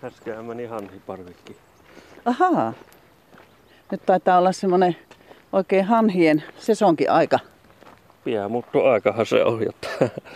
Äsken meni hanhiparvikki. Ahaa. Nyt taitaa olla semmoinen oikein hanhien sesonkiaika. Pienmuuttoaikahan se on, jotta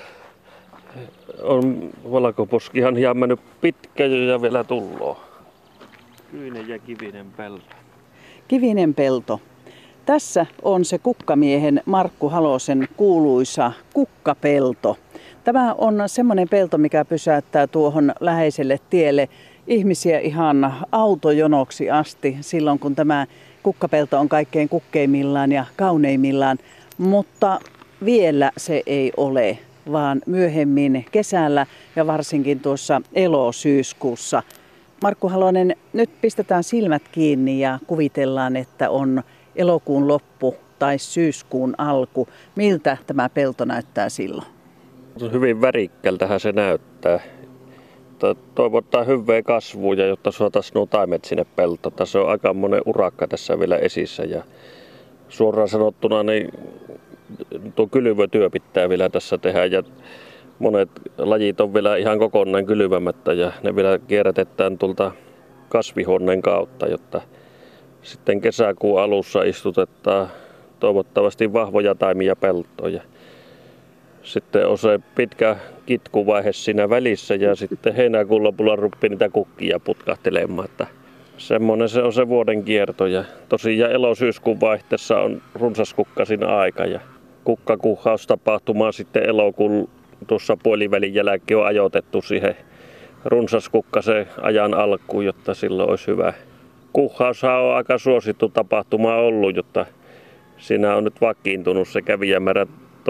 on valkoposkihanhia mennyt pitkä ja vielä tulloo. Kyinen ja kivinen pelto. Kivinen pelto. Tässä on se kukkamiehen Markku Halosen kuuluisa kukkapelto. Tämä on semmoinen pelto, mikä pysäyttää tuohon läheiselle tielle ihmisiä ihan autojonoksi asti silloin, kun tämä kukkapelto on kaikkein kukkeimmillaan ja kauneimmillaan. Mutta vielä se ei ole, vaan myöhemmin kesällä ja varsinkin tuossa elo-syyskuussa. Markku Halonen, nyt pistetään silmät kiinni ja kuvitellaan, että on elokuun loppu tai syyskuun alku. Miltä tämä pelto näyttää silloin? Hyvin värikkältähän se näyttää. Toivottaa hyvää kasvua, jotta saataisiin nuo taimet sinne peltoon. Tässä on aika monen urakka tässä vielä esissä. Ja suoraan sanottuna niin tuo kylvötyö pitää vielä tässä tehdä. Ja monet lajit on vielä ihan kokonaan kylvämättä ja ne vielä kierrätetään tuolta kasvihuoneen kautta, jotta sitten kesäkuun alussa istutetaan toivottavasti vahvoja taimia peltoja. Sitten on se pitkä kitkuvaihe siinä välissä ja sitten heinäkuun lopulla ruppii niitä kukkia putkahtelemaan. Että semmoinen se on se vuoden kierto. Ja tosiaan elo-syyskuun vaihteessa on runsaskukkasin aika ja kukkakuhaustapahtuma sitten elokuun tuossa puolivälin jälkeen on ajoitettu siihen runsaskukkasen ajan alkuun, jotta silloin olisi hyvä. Kuhhaushan on aika suosittu tapahtuma ollut, jotta siinä on nyt vakiintunut se kävijämäärä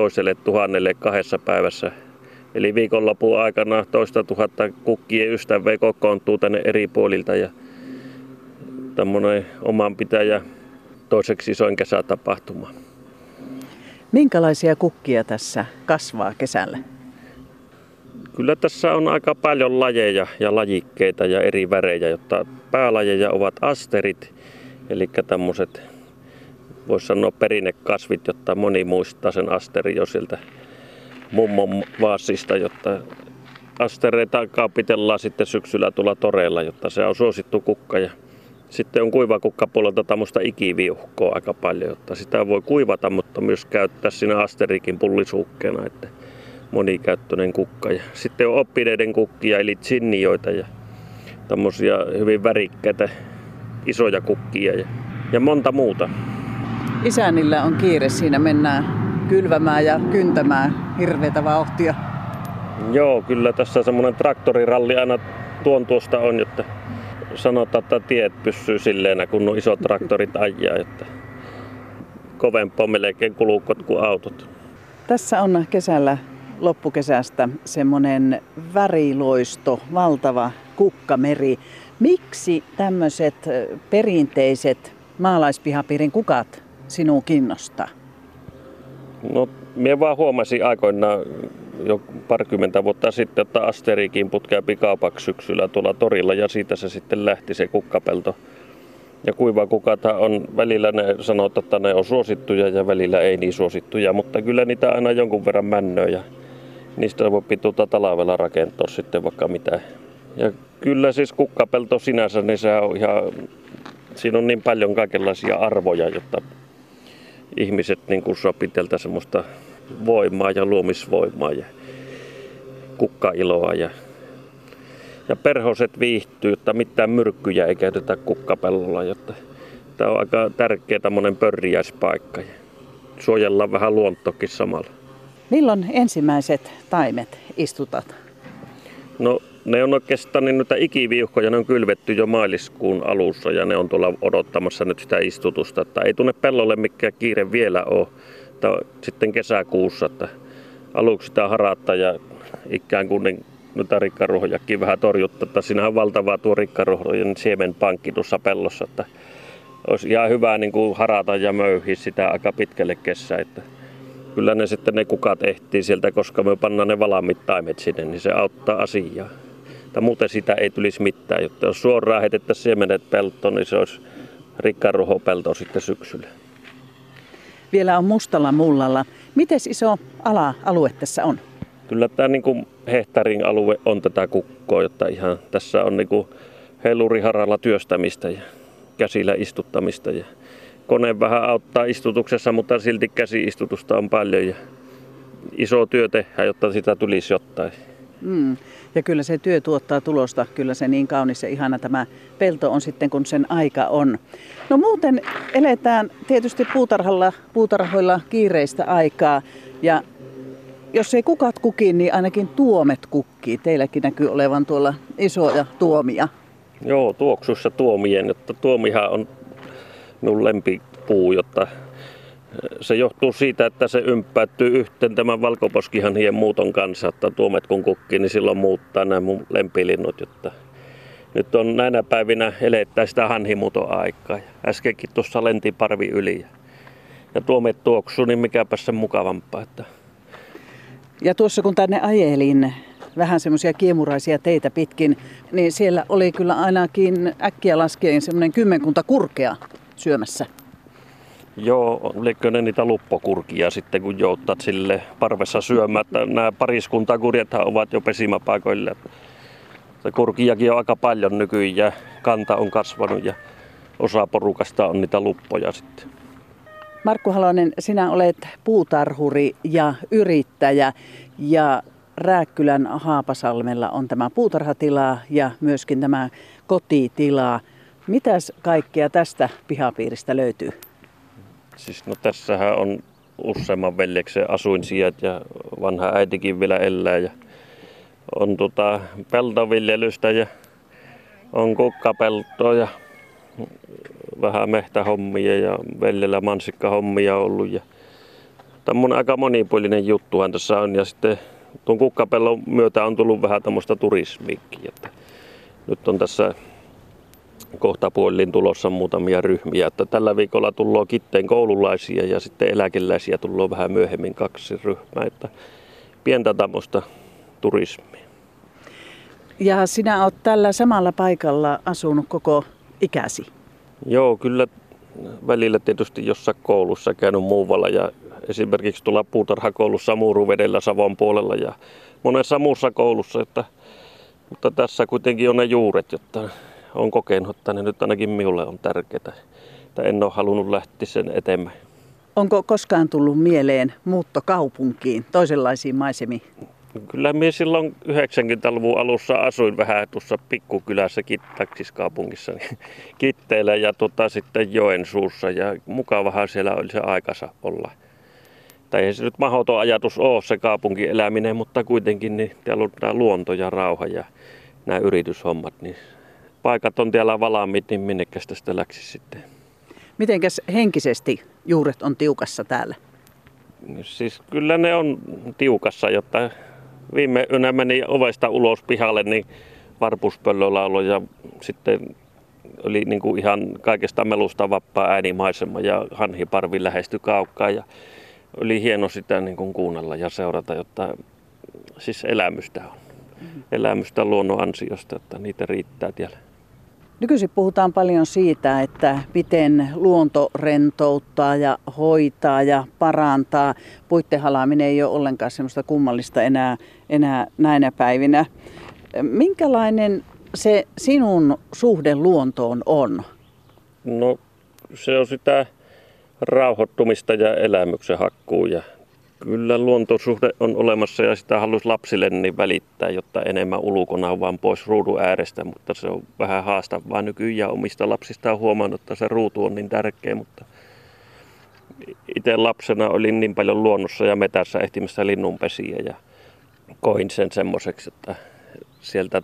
2,000 päivässä. Eli viikonlopun aikana 2,000 kukkien ystävää kokoontuu tänne eri puolilta ja tämmöinen oman pitäjä toiseksi isoin kesätapahtuma. Minkälaisia kukkia tässä kasvaa kesällä? Kyllä tässä on aika paljon lajeja ja lajikkeita ja eri värejä, jotta päälajeja ovat asterit, eli tämmöiset voisi sanoa perinnekasvit, jotta moni muistaa sen asterin jo sieltä mummon vaasista, jotta astereita kaupitellaan sitten syksyllä tuolla toreilla, jotta se on suosittu kukka. Ja sitten on kuivakukkapuolelta tämmöistä ikiviuhkoa aika paljon, jotta sitä voi kuivata, mutta myös käyttää siinä asterikin pullisuukkeena, että monikäyttöinen kukka. Ja sitten on oppineiden kukkia eli zinioita ja tämmöisiä hyvin värikkäitä isoja kukkia ja monta muuta. Isännillä on kiire, siinä mennään kylvämään ja kyntämään hirveätä vauhtia. Joo, kyllä tässä semmoinen traktoriralli aina tuosta on, jotta sanotaan, että tiet pysyy silleen, kun on isot traktorit ajaa, että kovempaa melkein kulukot kuin autot. Tässä on kesällä loppukesästä semmoinen väriloisto, valtava kukkameri. Miksi tämmöiset perinteiset maalaispihapiirin kukat sinua kiinnostaa? No, minä vaan huomasin aikoinaan jo parikymmentä vuotta sitten, että asterikin käy kaupaksi syksyllä tuolla torilla ja siitä se sitten lähti se kukkapelto. Ja kuivakukathan on välillä ne sanotaan, että ne on suosittuja ja välillä ei niin suosittuja, mutta kyllä niitä aina jonkun verran männöä ja niistä voi talvella rakentaa sitten vaikka mitä. Ja kyllä siis kukkapelto sinänsä, niin se on ihan, siinä on niin paljon kaikenlaisia arvoja, jotta ihmiset niin kuin saa pitää semmoista voimaa ja luomisvoimaa ja kukkailoa ja perhoset viihtyy, että mitään myrkkyjä ei käytetä kukkapellolla, jotta tämä on aika tärkeä tämmöinen pörriäispaikka ja suojellaan vähän luontokin samalla. Milloin ensimmäiset taimet istutat? No ne on oikeastaan niin noita ikiviuhkoja, ne on kylvetty jo maaliskuun alussa ja ne on tuolla odottamassa nyt sitä istutusta. Että ei tunne pellolle mikään kiire vielä ole. Sitten kesäkuussa, että aluksi sitä harattaa ja ikään kuin niin noita rikkaruohojakin vähän torjuttaa. Että siinä on valtavaa tuo rikkaruohojen siemenpankki tuossa pellossa. Että olisi ihan hyvä niin kuin harata ja möyhiä sitä aika pitkälle kesää. Että kyllä ne sitten ne kukat ehtii sieltä, koska me pannaan ne valmiit taimet sinne, niin se auttaa asiaa. Tai muuten sitä ei tulisi mitään. Jotta jos suoraan heitettäisiin siemenet peltoon, niin se olisi rikkaruohopelto sitten syksyllä. Vielä on mustalla mullalla. Miten iso alue tässä on? Kyllä tämä niin kuin hehtaarin alue on tätä kukkoa, jotta ihan tässä on niin kuin heiluriharalla työstämistä ja käsillä istuttamista. Ja kone vähän auttaa istutuksessa, mutta silti käsi-istutusta on paljon ja iso työ tehdään, jotta sitä tulisi jotain. Ja kyllä se työ tuottaa tulosta, kyllä se niin kaunis ja ihana tämä pelto on sitten, kun sen aika on. No muuten eletään tietysti puutarhoilla kiireistä aikaa ja jos ei kukat kuki, niin ainakin tuomet kukkii. Teilläkin näkyy olevan tuolla isoja tuomia. Joo, tuoksussa tuomien, jotta tuomihan on minun lempipuu, jotta se johtuu siitä, että se ympättyy yhteen tämän valkoposkihanhien muuton kanssa, että tuomet kun kukkii, niin silloin muuttaa nämä mun lempilinnut, jotta nyt on näinä päivinä elettää sitä hanhimuuton aikaa. Ja äskenkin tuossa lenti parvi yli ja tuomet tuoksuu, niin mikäpä sen mukavampaa. Että Ja tuossa kun tänne ajelin vähän semmoisia kiemuraisia teitä pitkin, niin siellä oli kyllä ainakin äkkiä laskien semmoinen 10 kurkea syömässä. joo, oliko ne niitä luppokurkia sitten, kun joutat sille parvessa syömään, että nämä pariskuntakurjathan ovat jo pesimäpaikoille. Kurkiakin on aika paljon nykyään, kanta on kasvanut ja osa porukasta on niitä luppoja sitten. Markku Halonen, sinä olet puutarhuri ja yrittäjä ja Rääkkylän Haapasalmella on tämä puutarhatila ja myöskin tämä kotitila. Mitäs kaikkea tästä pihapiiristä löytyy? Siis no tässähän on useamman veljeksen asuinsijat ja vanha äitikin vielä elää ja on peltoviljelystä ja on kukkapeltoa ja vähän mehtähommia ja veljellä mansikkahommia ollut ja tämmöinen aika monipuolinen juttuhan tässä on ja sitten tuon kukkapellon myötä on tullut vähän tämmöistä turismiikkiä, että nyt on tässä kohta puolin tulossa muutamia ryhmiä, että tällä viikolla tullaan Kitteen koululaisia ja sitten eläkeläisiä tullaan vähän myöhemmin 2 ryhmää, että pientä tämmöistä turismia. Ja sinä olet tällä samalla paikalla asunut koko ikäsi? Joo, kyllä välillä tietysti jossain koulussa käynyt muualla ja esimerkiksi tuolla puutarhakoulussa Muuruvedellä Savon puolella ja monessa muussa koulussa, mutta tässä kuitenkin on ne juuret, jotta olen kokenut, että ne nyt ainakin minulle on tärkeää, että en ole halunnut lähteä sen eteenpäin. Onko koskaan tullut mieleen muutto kaupunkiin, toisenlaisiin maisemiin? Kyllä minä silloin 90-luvun alussa asuin vähän tuossa pikkukylässä Taksiskaupungissa Kitteellä ja sitten Joensuussa ja mukavahan siellä oli se aikansa olla. Tai ei se nyt mahdoton ajatus ole se kaupunkieläminen, mutta kuitenkin niin täällä on tämä luonto ja rauha ja nämä yrityshommat. Niin paikat on täällä valmiit, niin minnekäs tästä läksi sitten. Mitenkäs henkisesti juuret on tiukassa täällä? Siis kyllä ne on tiukassa, jotta viime yönä meni ovesta ulos pihalle, niin varpuspöllölaulo ja sitten oli niin kuin ihan kaikesta melusta vapaa äänimaisema ja hanhiparvi lähestyi kaukaa ja oli hieno sitä niin kuin kuunnella ja seurata, jotta siis elämystä on. Elämystä luonnon ansiosta, että niitä riittää siellä. Nykyisin puhutaan paljon siitä, että miten luonto rentouttaa ja hoitaa ja parantaa. Puitten halaaminen ei ole ollenkaan semmoista kummallista enää näinä päivinä. Minkälainen se sinun suhde luontoon on? No se on sitä rauhoittumista ja elämyksen hakkuu ja kyllä luontosuhde on olemassa ja sitä haluaisi lapsille niin välittää, jotta enemmän ulkona on vaan pois ruudun äärestä, mutta se on vähän haastavaa nykyään. Omista lapsista on huomannut, että se ruutu on niin tärkeä, mutta itse lapsena olin niin paljon luonnossa ja metässä ehtimässä linnunpesiä ja koin sen semmoiseksi, että sieltä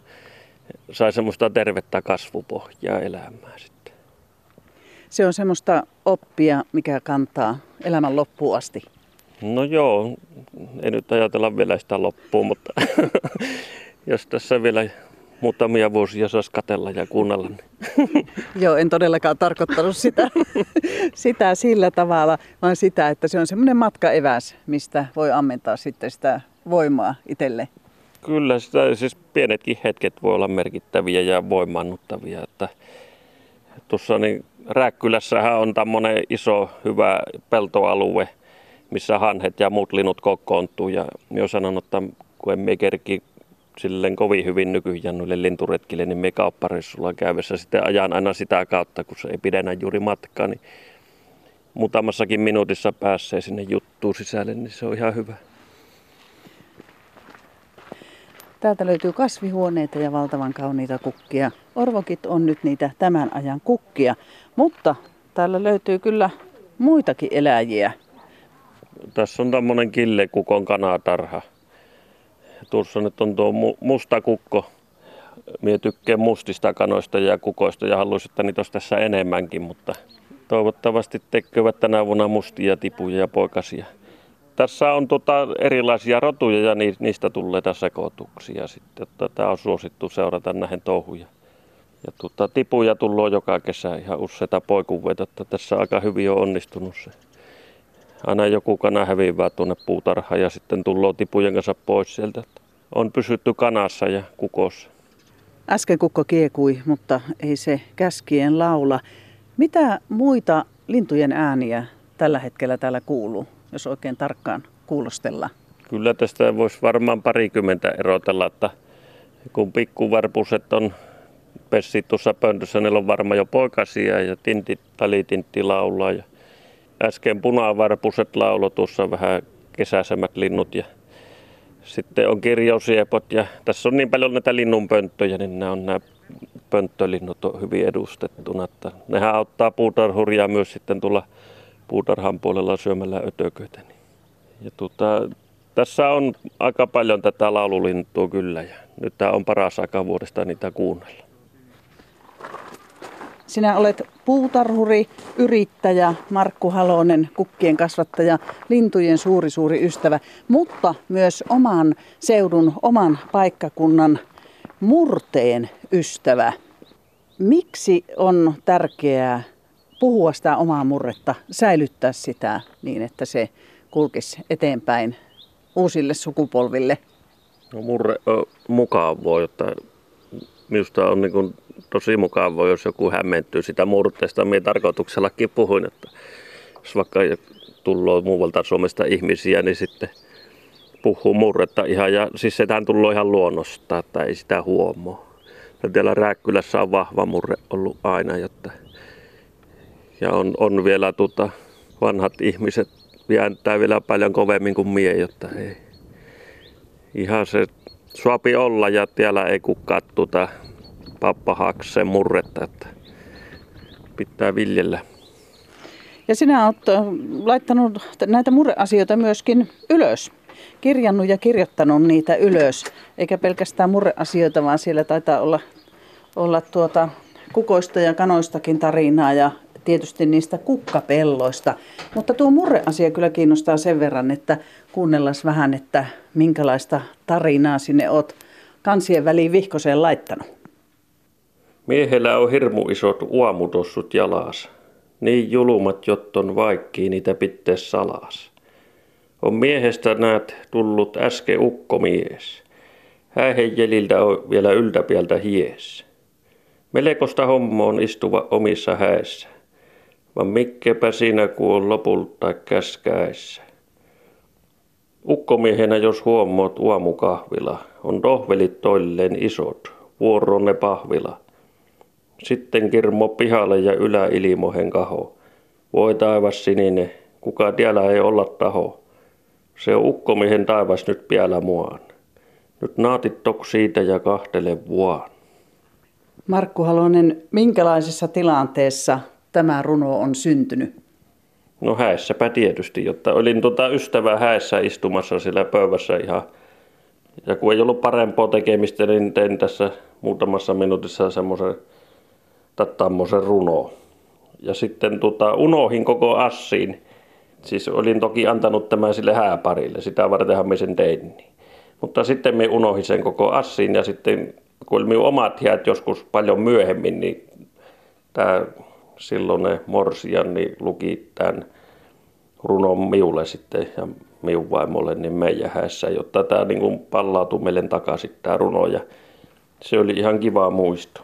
sai semmoista tervettä kasvupohjaa elämää sitten. Se on semmoista oppia, mikä kantaa elämän loppuun asti. No joo, ei nyt ajatella vielä sitä loppuun, mutta jos tässä vielä muutamia vuosia saisi katsella ja kuunnella. Niin. Joo, en todellakaan tarkoittanut sitä sillä tavalla, vaan sitä, että se on semmoinen matkaeväs, mistä voi ammentaa sitten sitä voimaa itselle. Kyllä, sitä, siis pienetkin hetket voi olla merkittäviä ja voimaannuttavia. Että tuossa niin Rääkkylässähän on tämmöinen iso hyvä peltoalue, missä hanhet ja muut linnut kokoontuu. Ja minä olen sanonut, että kun emme kerki silleen kovin hyvin nykyään noille linturetkille, niin me kauppareissulla käydessä sitten ajan aina sitä kautta, kun se ei pidennä juuri matkaa, niin muutamassakin minuutissa pääsee sinne juttuun sisälle, niin se on ihan hyvä. Täältä löytyy kasvihuoneita ja valtavan kauniita kukkia. Orvokit on nyt niitä tämän ajan kukkia, mutta täällä löytyy kyllä muitakin eläjiä. Tässä on tämmöinen killekukon kanatarha. Tuossa nyt on tuo musta kukko. Minä tykkään mustista kanoista ja kukoista ja haluaisin, että niitä olisi tässä enemmänkin, mutta toivottavasti tekevät tänä vuonna mustia tipuja ja poikasia. Tässä on erilaisia rotuja ja niistä tulee sekoituksia sitten. Tämä on suosittu seurata näihin touhuja. Ja tipuja tulee joka kesä ihan useita poikuveita, että tässä aika hyvin on onnistunut se. Aina joku kana häviää tuonne puutarhaan ja sitten tulee tipujen kanssa pois sieltä. On pysytty kanassa ja kukossa. Äsken kukko kiekui, mutta ei se käskien laula. Mitä muita lintujen ääniä tällä hetkellä täällä kuuluu, jos oikein tarkkaan kuulostellaan? Kyllä tästä voisi varmaan 20 erotella, että kun pikkuvarpuset on pessit tuossa pöntössä, niillä on varmaan jo poikasia ja talitintti laulaa. Ja äsken punavarpuset laulo tuossa vähän kesäisemmät linnut ja sitten on kirjausiepot ja tässä on niin paljon näitä linnunpönttöjä, niin nämä pönttölinnut on hyvin edustettuna. Että nehän auttaa puutarhuria myös sitten tulla puutarhan puolella syömällä ötököitä. Ja tässä on aika paljon tätä laululintua kyllä ja nyt tämä on paras aika vuodesta niitä kuunnella. Sinä olet puutarhuri, yrittäjä, Markku Halonen, kukkien kasvattaja, lintujen suuri ystävä, mutta myös oman seudun, oman paikkakunnan murteen ystävä. Miksi on tärkeää puhua sitä omaa murretta, säilyttää sitä niin, että se kulkisi eteenpäin uusille sukupolville? No, murre on mukavaa, jotta minusta on niin tosi mukavaa, jos joku hämmentyy sitä murteesta. Minä tarkoituksellakin puhuin, että jos vaikka tulee muualta Suomesta ihmisiä, niin sitten puhuu murretta ihan. Ja siis sehän tulee ihan luonnosta, että ei sitä huomaa. Ja täällä Rääkkylässä on vahva murre ollut aina, jotta ja on vielä vanhat ihmiset vääntää vielä paljon kovemmin kuin mie, jotta ei. Ihan se suopi olla ja täällä ei kukaan pappahakseen murretta, että pitää viljellä. Ja sinä olet laittanut näitä murreasioita myöskin ylös, kirjannut ja kirjoittanut niitä ylös, eikä pelkästään murreasioita, vaan siellä taitaa olla kukoista ja kanoistakin tarinaa ja tietysti niistä kukkapelloista. Mutta tuo murreasia kyllä kiinnostaa sen verran, että kuunnellaan vähän, että minkälaista tarinaa sinne olet kansien väliin vihkoseen laittanut. Miehellä on hirmu isot uamutossut jalas. Niin julumat, jotton vaikkii niitä pitää salas. On miehestä näet tullut äsken ukkomies. Häihen jäljiltä on vielä yltäpieltä hies. Melkoista hommoon istuva omissa häissä. Vaan mikkepä siinä kun on lopulta käskäissä. Ukkomiehenä jos huomoot uamukahvila, on tohvelit toilleen isot, vuoronne pahvila. Sitten kirmo pihalle ja yläilmohen kaho. Voi taivas sininen, kuka tiellä ei olla taho. Se on ukkomiehen taivas nyt piälä muaan. Nyt naatit tok siitä ja kahtele vuaan. Markku Halonen, minkälaisessa tilanteessa tämä runo on syntynyt? No häissäpä tietysti, jotta olin ystävää häissä istumassa siellä pöydässä ihan. Ja kun ei ollut parempaa tekemistä, niin tein tässä muutamassa minuutissa semmoisen runoa. Ja sitten unohin koko assiin. Siis olin toki antanut tämän sille hääparille, sitä vartenhan me sen tein. Mutta sitten me unohin sen koko assiin ja sitten kun oli minun omat häät joskus paljon myöhemmin, niin tämä silloinen morsian niin luki tämän runon minulle sitten ja minun vaimolle niin meidän häissä, jotta tämä niin kuin pallautui meille takaisin tämä runo ja se oli ihan kiva muisto.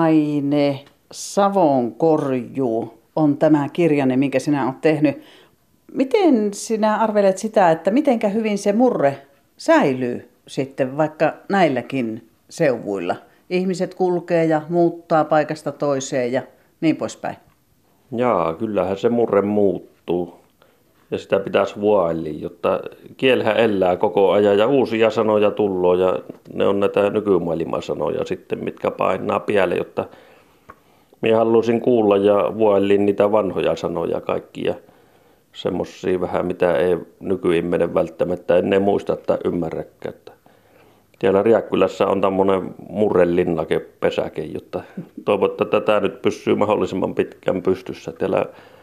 Karjalainen Savonkorjuu on tämä kirjanne, minkä sinä olet tehnyt. Miten sinä arvelet sitä, että mitenkä hyvin se murre säilyy sitten vaikka näilläkin seuvuilla? Ihmiset kulkee ja muuttaa paikasta toiseen ja niin poispäin. Jaa, kyllähän se murre muuttuu ja sitä pitäisi vuoilla, jotta kielhän elää koko ajan ja uusia sanoja tulloo ja ne on näitä nykymaailman sanoja sitten, mitkä painaa päälle, jotta minä haluaisin kuulla ja vuoillin niitä vanhoja sanoja kaikkia. Semmoisia vähän, mitä ei nykyihminen välttämättä ennen muista tai ymmärräkään. Täällä Rääkkylässä on tämmöinen murrelinnake pesäke, jotta toivon, että tätä nyt pysyy mahdollisimman pitkään pystyssä. Täällä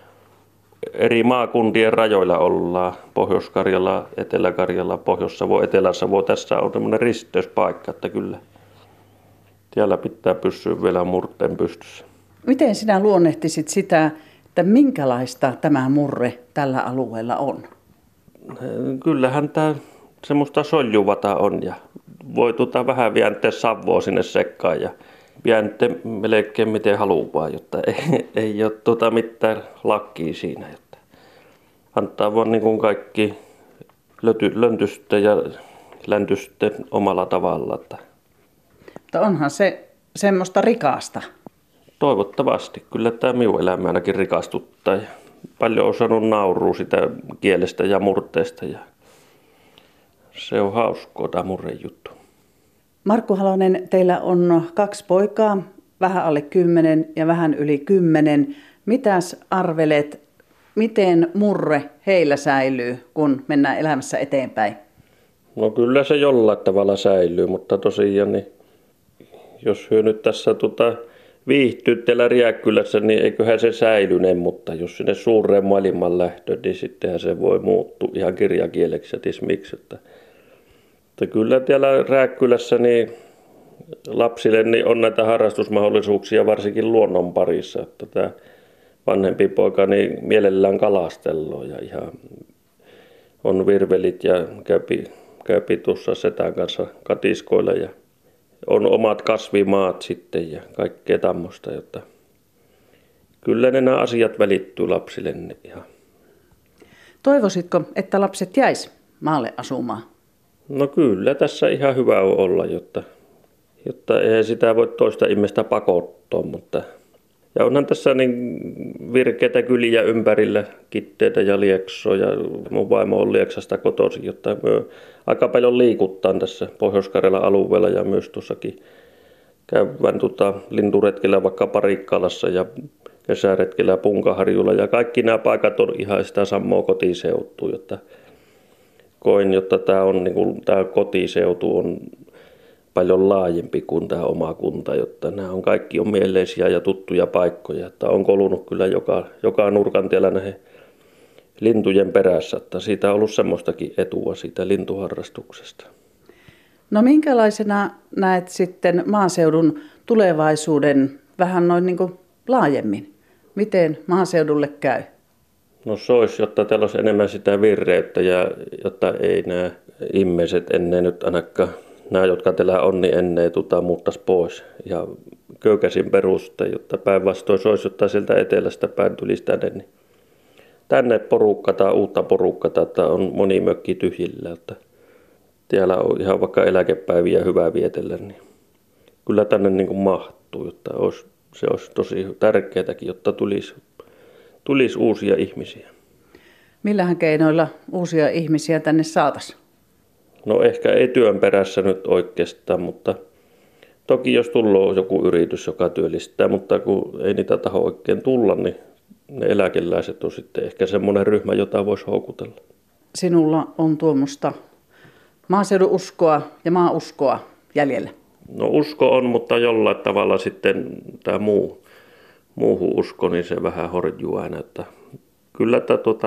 eri maakuntien rajoilla ollaan. Pohjois-Karjala, Etelä-Karjala, Pohjois-Savo, Etelä-Savo. Tässä on tämmöinen risteyspaikka, että kyllä täällä pitää pysyä vielä murteen pystyssä. Miten sinä luonnehtisit sitä, että minkälaista tämä murre tällä alueella on? Kyllähän tämä semmoista soljuvata on ja voi vähän vääntää savua sinne sekkaan ja vääntää melkein miten haluaa, jotta ei ole mitään lakkia siinä. Jotta antaa vaan niin kuin kaikki löntystä ja läntystä omalla tavalla. Mutta onhan se semmoista rikasta. Toivottavasti. Kyllä tämä minun elämä ainakin rikastuttaa ja paljon on saanut naurua sitä kielestä ja murteesta ja se on hauskaa tämä murren juttu. Markku Halonen, teillä on 2 poikaa, vähän alle 10 ja vähän yli 10. Mitäs arvelet, miten murre heillä säilyy, kun mennään elämässä eteenpäin? No kyllä se jollain tavalla säilyy, mutta tosiaan niin, jos hyö nyt tässä viihtyy täällä Rääkkylässä, niin eiköhän se säilyne, mutta jos sinne suureen maailman lähtö, niin sittenhän se voi muuttua ihan kirjakieleksi ja miksi. Että kyllä täällä Rääkkylässä niin lapsille niin on näitä harrastusmahdollisuuksia varsinkin luonnon parissa. Että tämä vanhempi poika niin mielellään kalastelloo ja ihan on virvelit ja käypi tuossa setän kanssa katiskoilla ja on omat kasvimaat sitten ja kaikkea tämmöistä, jotta kyllä nämä asiat välittyy lapsille ihan. Toivoisitko, että lapset jäis maalle asumaan? No kyllä tässä ihan hyvä on olla, jotta ei sitä voi toista ihmistä pakottaa, mutta ja onhan tässä niin virkeitä kyliä ympärillä, Kitteitä ja Lieksoa ja mun vaimo on Lieksasta kotoisin, jotta me aika paljon liikuttaan tässä Pohjois-Karjalan alueella ja myös tuossakin käydään linturetkellä vaikka Parikkalassa ja kesäretkellä Punkaharjulla ja kaikki nämä paikat on ihan sitä samaa kotiseutua, jotta koin, jotta tämä on niin kuin, tämä kotiseutu on paljon laajempi kuin tämä oma kunta, jotta nämä on kaikki on mieleisiä ja tuttuja paikkoja. Että on kolunut kyllä joka nurkan tiellä näihin lintujen perässä, että siitä on ollut semmoistakin etua siitä lintuharrastuksesta. No minkälaisena näet sitten maaseudun tulevaisuuden vähän noin niin kuin laajemmin? Miten maaseudulle käy? No se olisi, jotta täällä olisi enemmän sitä vireyttä ja jotta ei nämä ihmiset ennen nyt ainakaan nämä, jotka täällä on, niin ennen muuttaisi pois ja köykäisin peruste, jotta päinvastoin se olisi, jotta sieltä etelästä päin tulisi tänne porukkaa, uutta porukkaa, että on moni mökki tyhjillä, että täällä on ihan vaikka eläkepäiviä hyvä vietellä, niin kyllä tänne niin kuin mahtuu, jotta se olisi tosi tärkeääkin, jotta tulisi uusia ihmisiä. Millähän keinoilla uusia ihmisiä tänne saataisiin? No ehkä ei työn perässä nyt oikeastaan, mutta toki jos tulee joku yritys, joka työllistää, mutta kun ei niitä taho oikein tulla, niin ne eläkeläiset on sitten ehkä semmoinen ryhmä, jota voisi houkutella. Sinulla on tuommoista maaseudun uskoa ja maauskoa jäljellä. No usko on, mutta jollain tavalla sitten tämä muuhun usko, niin se vähän horjuu aina. Että kyllä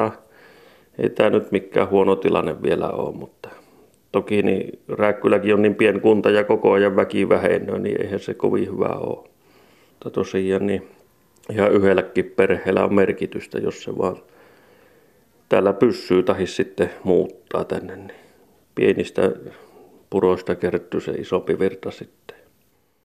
ei tämä nyt mikään huono tilanne vielä ole, mutta toki niin Rääkkyläkin on niin pieni kunta ja koko ajan väki vähenee, niin eihän se kovin hyvä ole. Mutta tosiaan niin ihan yhdelläkin perheellä on merkitystä, jos se vaan täällä pysyy tai sitten muuttaa tänne. Niin pienistä puroista kertyy se isompi virta sitten.